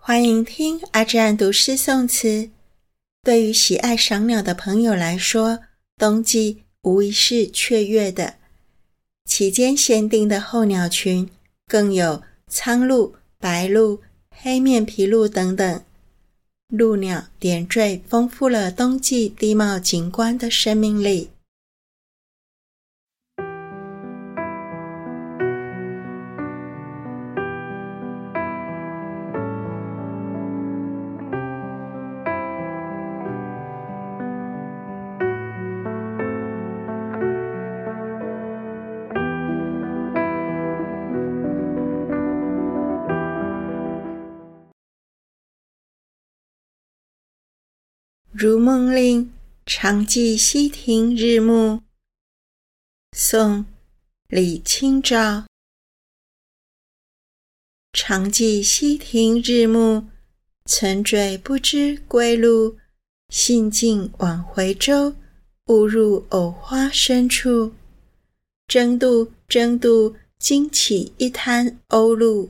欢迎听阿占读诗宋词。对于喜爱赏鸟的朋友来说，冬季无疑是雀跃的。期间限定的候鸟群更有苍鹭、白鹭、黑面琵鹭等等。鹭鸟点缀丰富了冬季地貌景观的生命力。如梦令，常记溪亭日暮。宋·李清照。常记溪亭日暮，曾坠不知归路。兴尽晚回舟，误入藕花深处。争渡，争渡，惊起一滩鸥鹭。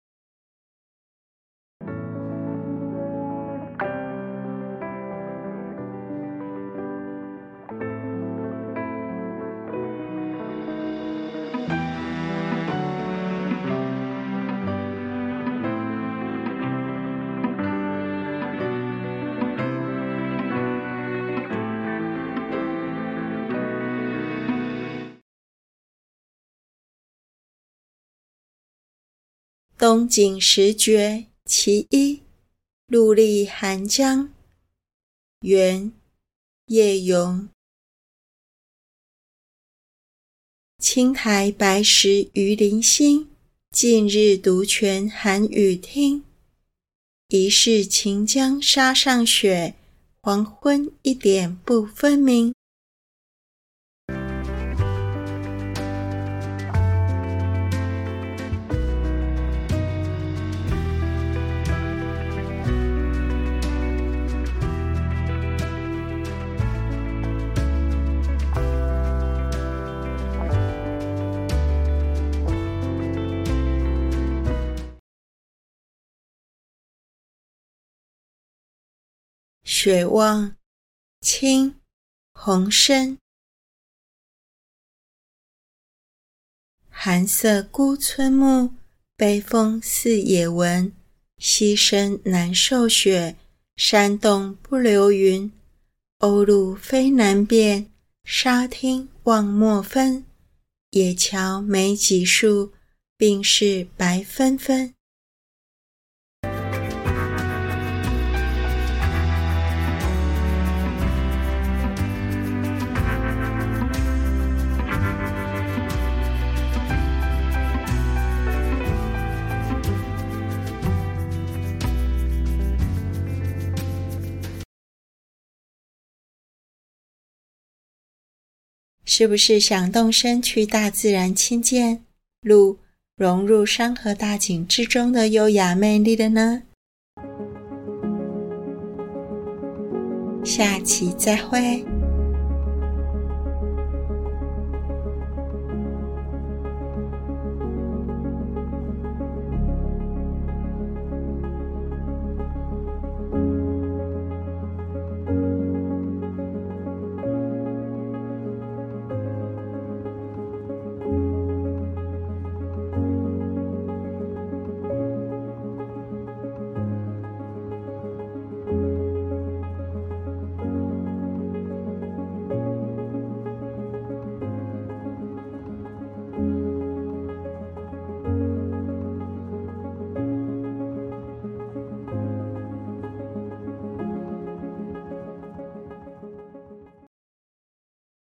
冬景十绝其一，陆立寒江。元·叶咏。青苔白石鱼鳞新，近日独泉寒雨听。疑是秦江沙上雪，黄昏一点不分明。雪望，清·洪升。寒色孤村暮，北风似野蚊。溪深难受雪，山洞不留云。鸥鹭飞难辨，沙汀望莫分。野桥没几树，并是白纷纷。是不是想动身去大自然亲见鹭融入山河大景之中的优雅魅力的呢？下期再会。